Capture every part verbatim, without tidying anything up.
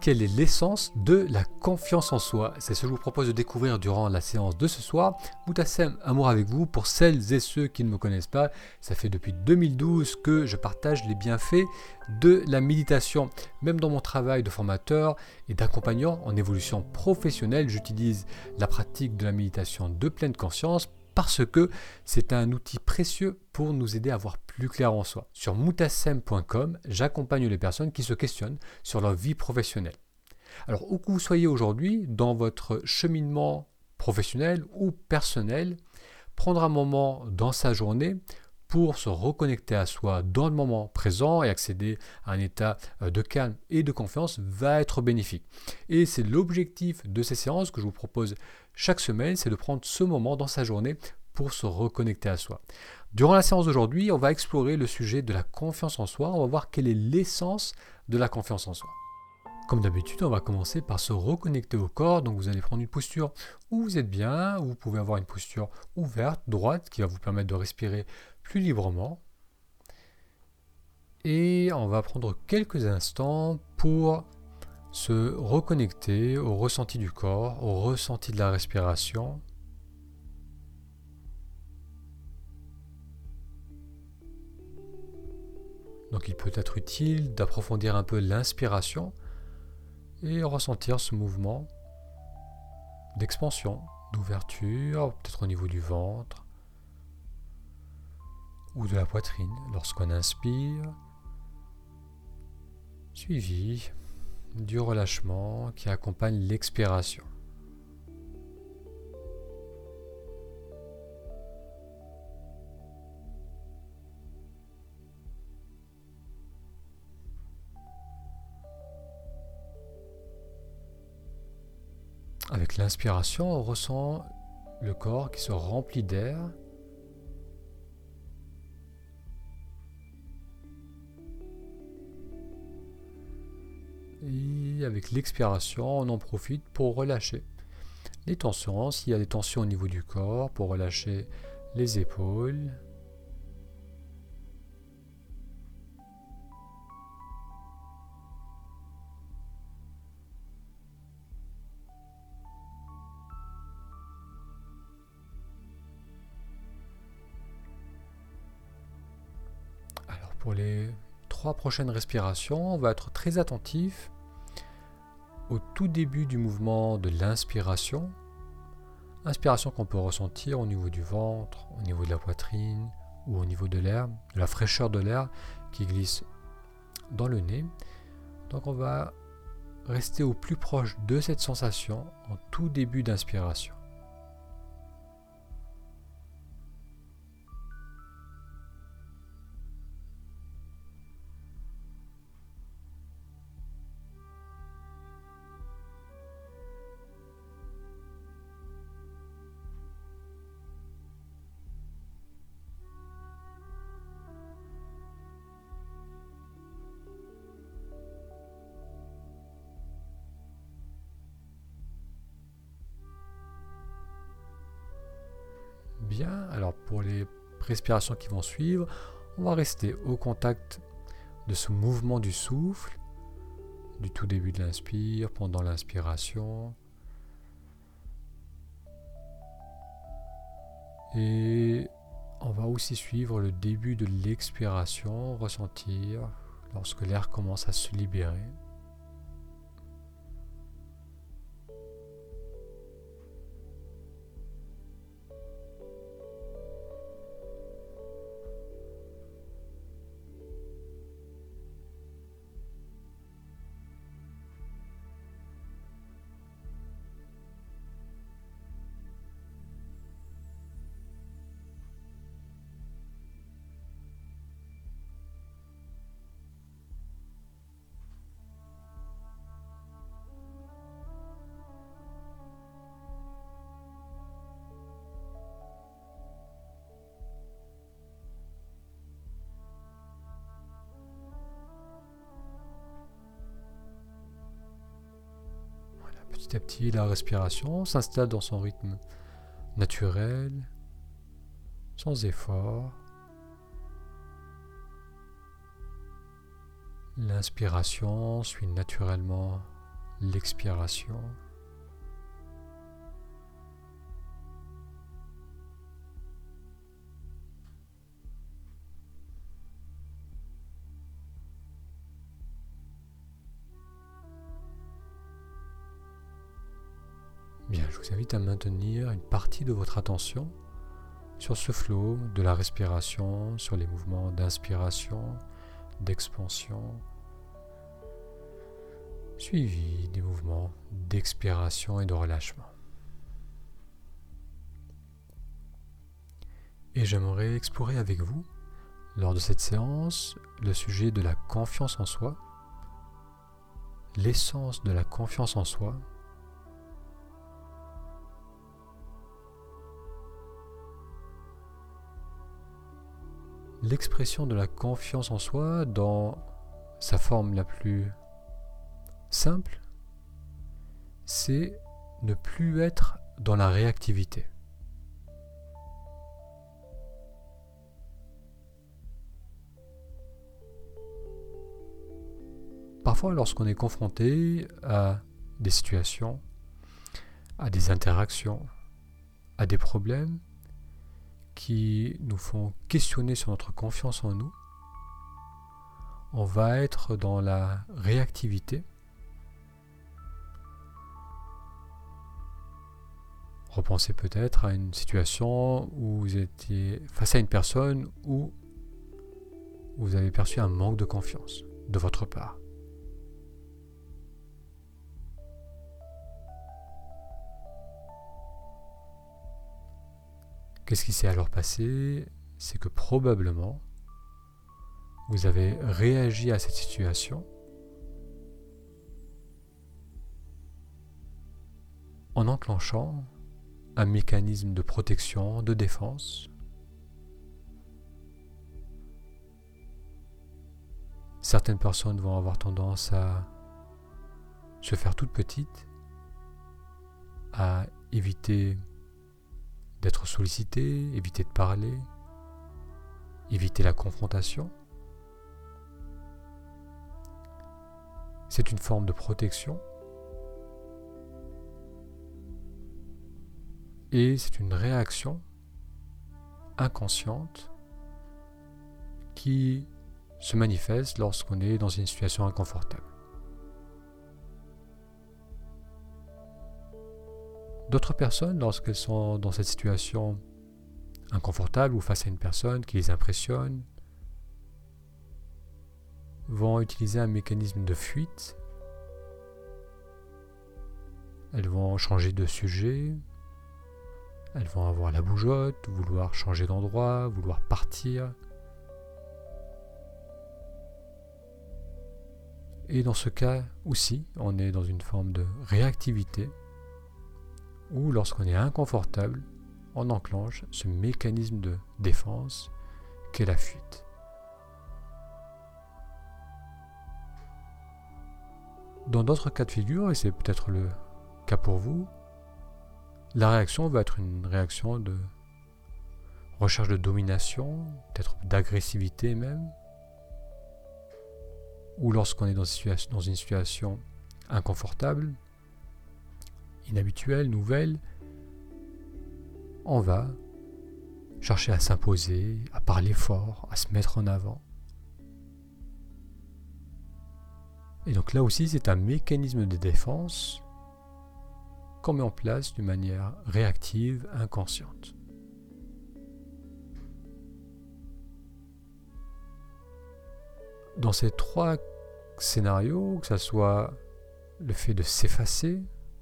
quelle est l'essence de la confiance en soi? C'est ce que je vous propose de découvrir durant la séance de ce soir. Moutassem, amour avec vous. Pour celles et ceux qui ne me connaissent pas, ça fait depuis deux mille douze que je partage les bienfaits de la méditation. Même dans mon travail de formateur et d'accompagnant en évolution professionnelle, j'utilise la pratique de la méditation de pleine conscience parce que c'est un outil précieux pour nous aider à voir plus clair en soi. Sur moutassem point com, j'accompagne les personnes qui se questionnent sur leur vie professionnelle. Alors, où que vous soyez aujourd'hui, dans votre cheminement professionnel ou personnel, prendre un moment dans sa journée pour se reconnecter à soi dans le moment présent et accéder à un état de calme et de confiance va être bénéfique. Et c'est l'objectif de ces séances que je vous propose chaque semaine, c'est de prendre ce moment dans sa journée pour se reconnecter à soi. Durant la séance d'aujourd'hui, on va explorer le sujet de la confiance en soi, on va voir quelle est l'essence de la confiance en soi. Comme d'habitude, on va commencer par se reconnecter au corps. Donc vous allez prendre une posture où vous êtes bien, où vous pouvez avoir une posture ouverte, droite, qui va vous permettre de respirer plus librement. Et on va prendre quelques instants pour se reconnecter au ressenti du corps, au ressenti de la respiration. Donc il peut être utile d'approfondir un peu l'inspiration et ressentir ce mouvement d'expansion, d'ouverture, peut-être au niveau du ventre ou de la poitrine lorsqu'on inspire, suivi du relâchement qui accompagne l'expiration. Avec l'inspiration, on ressent le corps qui se remplit d'air. Et avec l'expiration, on en profite pour relâcher les tensions. S'il y a des tensions au niveau du corps, pour relâcher les épaules. Alors pour les trois prochaines respirations, on va être très attentif au tout début du mouvement de l'inspiration. Inspiration qu'on peut ressentir au niveau du ventre, au niveau de la poitrine ou au niveau de l'air, de la fraîcheur de l'air qui glisse dans le nez. Donc on va rester au plus proche de cette sensation en tout début d'inspiration. Bien, alors pour les respirations qui vont suivre, on va rester au contact de ce mouvement du souffle, du tout début de l'inspire, pendant l'inspiration. Et on va aussi suivre le début de l'expiration, ressentir lorsque l'air commence à se libérer. Petit à petit, la respiration s'installe dans son rythme naturel, sans effort. L'inspiration suit naturellement l'expiration. Bien, je vous invite à maintenir une partie de votre attention sur ce flot de la respiration, sur les mouvements d'inspiration, d'expansion, suivi des mouvements d'expiration et de relâchement. Et j'aimerais explorer avec vous, lors de cette séance, le sujet de la confiance en soi, l'essence de la confiance en soi, l'expression de la confiance en soi dans sa forme la plus simple, c'est ne plus être dans la réactivité. Parfois, lorsqu'on est confronté à des situations, à des interactions, à des problèmes qui nous font questionner sur notre confiance en nous, on va être dans la réactivité. Repensez peut-être à une situation où vous étiez face à une personne où vous avez perçu un manque de confiance de votre part. Qu'est-ce qui s'est alors passé? C'est que probablement, vous avez réagi à cette situation en enclenchant un mécanisme de protection, de défense. Certaines personnes vont avoir tendance à se faire toutes petites, à éviter d'être sollicité, éviter de parler, éviter la confrontation. C'est une forme de protection et c'est une réaction inconsciente qui se manifeste lorsqu'on est dans une situation inconfortable. D'autres personnes, lorsqu'elles sont dans cette situation inconfortable ou face à une personne qui les impressionne, vont utiliser un mécanisme de fuite. Elles vont changer de sujet, elles vont avoir la bougeotte, vouloir changer d'endroit, vouloir partir. Et dans ce cas aussi, on est dans une forme de réactivité où lorsqu'on est inconfortable, on enclenche ce mécanisme de défense qu'est la fuite. Dans d'autres cas de figure, et c'est peut-être le cas pour vous, la réaction va être une réaction de recherche de domination, peut-être d'agressivité même, ou lorsqu'on est dans une situation inconfortable, inhabituelle, nouvelle, on va chercher à s'imposer, à parler fort, à se mettre en avant. Et donc là aussi, c'est un mécanisme de défense qu'on met en place d'une manière réactive, inconsciente. Dans ces trois scénarios, que ce soit le fait de s'effacer,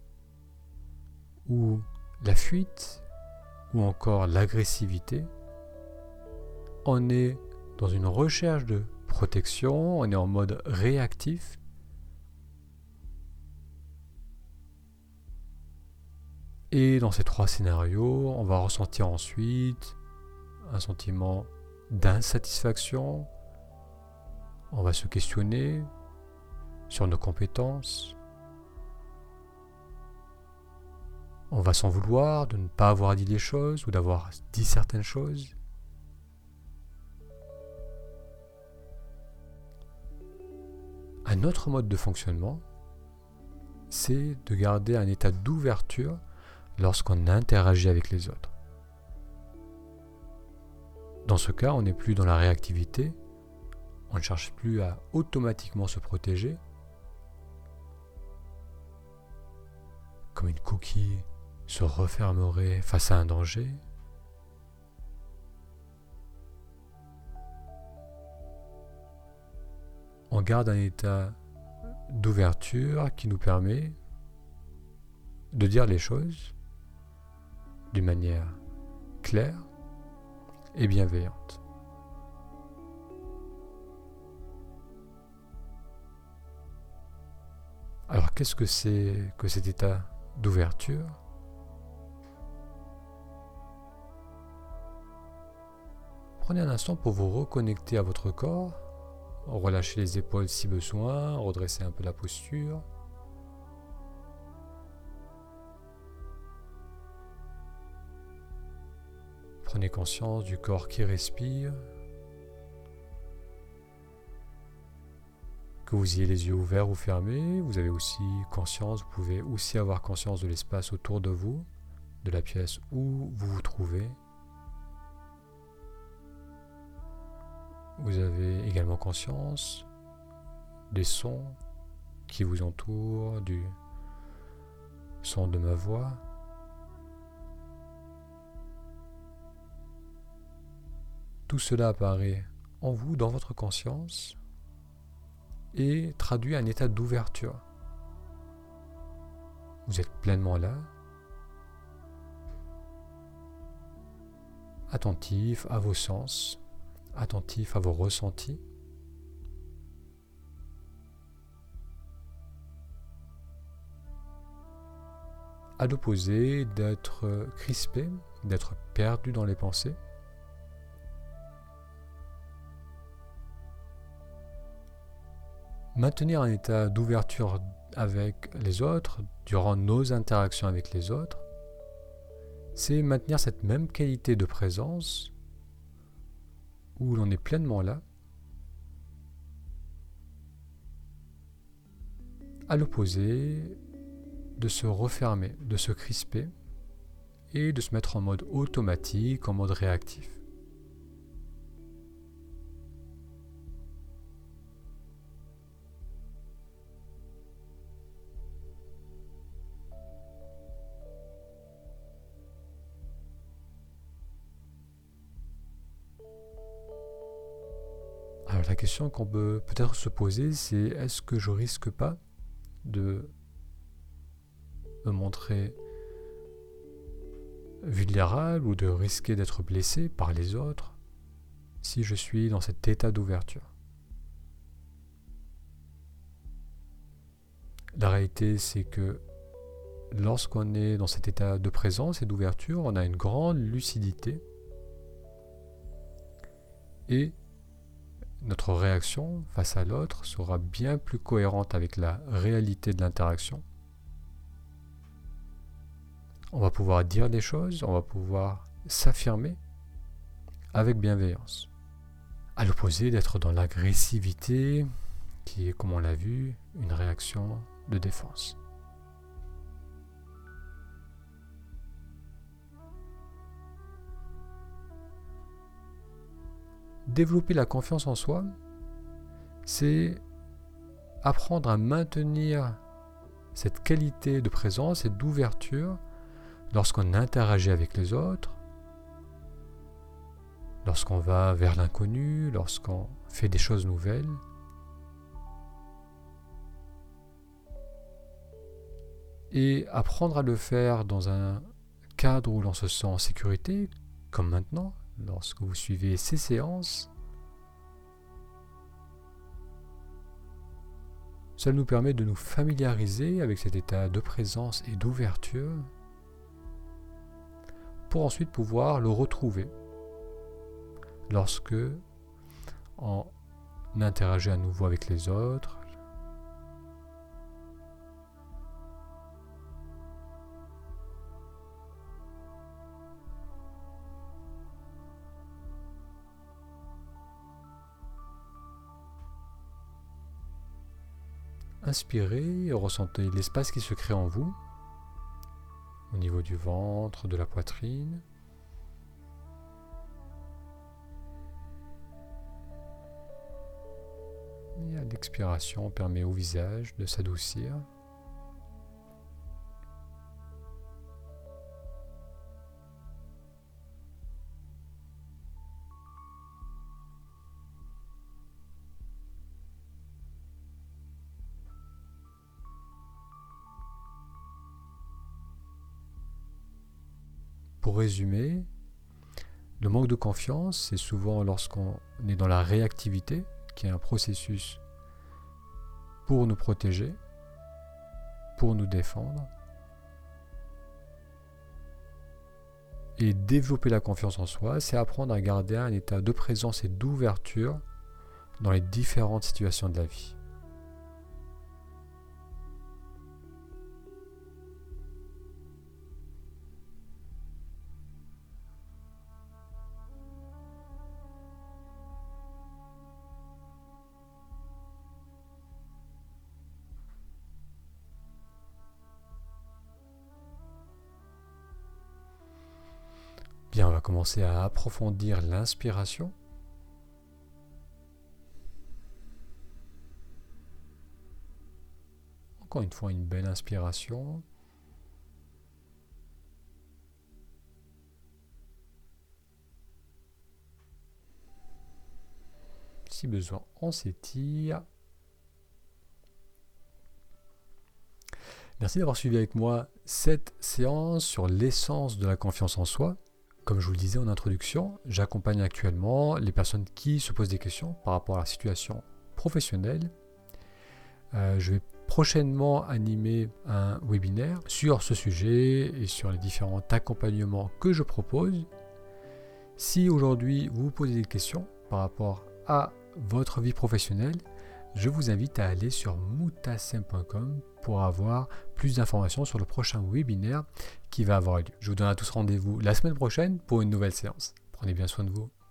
ou la fuite, ou encore l'agressivité, on est dans une recherche de protection, on est en mode réactif. Et dans ces trois scénarios, on va ressentir ensuite un sentiment d'insatisfaction. On va se questionner sur nos compétences. On va s'en vouloir de ne pas avoir dit les choses ou d'avoir dit certaines choses. Un autre mode de fonctionnement, c'est de garder un état d'ouverture lorsqu'on interagit avec les autres. Dans ce cas, on n'est plus dans la réactivité, on ne cherche plus à automatiquement se protéger, comme une coquille se refermerait face à un danger. On garde un état d'ouverture qui nous permet de dire les choses d'une manière claire et bienveillante. Alors qu'est-ce que c'est que cet état d'ouverture ? Prenez un instant pour vous reconnecter à votre corps, relâchez les épaules si besoin, redressez un peu la posture. Prenez conscience du corps qui respire, que vous ayez les yeux ouverts ou fermés, vous avez aussi conscience, vous pouvez aussi avoir conscience de l'espace autour de vous, de la pièce où vous vous trouvez. Vous avez également conscience des sons qui vous entourent, du son de ma voix. Tout cela apparaît en vous, dans votre conscience, et traduit un état d'ouverture. Vous êtes pleinement là, attentif à vos sens, attentif à vos ressentis. À l'opposé, d'être crispé, d'être perdu dans les pensées. Maintenir un état d'ouverture avec les autres, durant nos interactions avec les autres, c'est maintenir cette même qualité de présence où l'on est pleinement là, à l'opposé de se refermer, de se crisper et de se mettre en mode automatique, en mode réactif. Alors la question qu'on peut peut-être se poser, c'est est-ce que je risque pas de me montrer vulnérable ou de risquer d'être blessé par les autres si je suis dans cet état d'ouverture? La réalité, c'est que lorsqu'on est dans cet état de présence et d'ouverture, on a une grande lucidité et notre réaction face à l'autre sera bien plus cohérente avec la réalité de l'interaction. On va pouvoir dire des choses, on va pouvoir s'affirmer avec bienveillance. À l'opposé d'être dans l'agressivité, qui est, comme on l'a vu, une réaction de défense. Développer la confiance en soi, c'est apprendre à maintenir cette qualité de présence et d'ouverture lorsqu'on interagit avec les autres, lorsqu'on va vers l'inconnu, lorsqu'on fait des choses nouvelles. Et apprendre à le faire dans un cadre où l'on se sent en sécurité, comme maintenant, lorsque vous suivez ces séances, ça nous permet de nous familiariser avec cet état de présence et d'ouverture pour ensuite pouvoir le retrouver lorsque on interagit à nouveau avec les autres. inspirez et ressentez l'espace qui se crée en vous, au niveau du ventre, de la poitrine. Et à l'expiration, on permet au visage de s'adoucir. Pour résumer, le manque de confiance, c'est souvent lorsqu'on est dans la réactivité, qui est un processus pour nous protéger, pour nous défendre. Et développer la confiance en soi, c'est apprendre à garder un état de présence et d'ouverture dans les différentes situations de la vie. Bien, on va commencer à approfondir l'inspiration. Encore une fois, une belle inspiration. Si besoin, on s'étire. Merci d'avoir suivi avec moi cette séance sur l'essence de la confiance en soi. Comme je vous le disais en introduction, j'accompagne actuellement les personnes qui se posent des questions par rapport à la situation professionnelle. Euh, je vais prochainement animer un webinaire sur ce sujet et sur les différents accompagnements que je propose. Si aujourd'hui vous vous posez des questions par rapport à votre vie professionnelle, je vous invite à aller sur moutassem point com pour avoir plus d'informations sur le prochain webinaire qui va avoir lieu. Je vous donne à tous rendez-vous la semaine prochaine pour une nouvelle séance. Prenez bien soin de vous.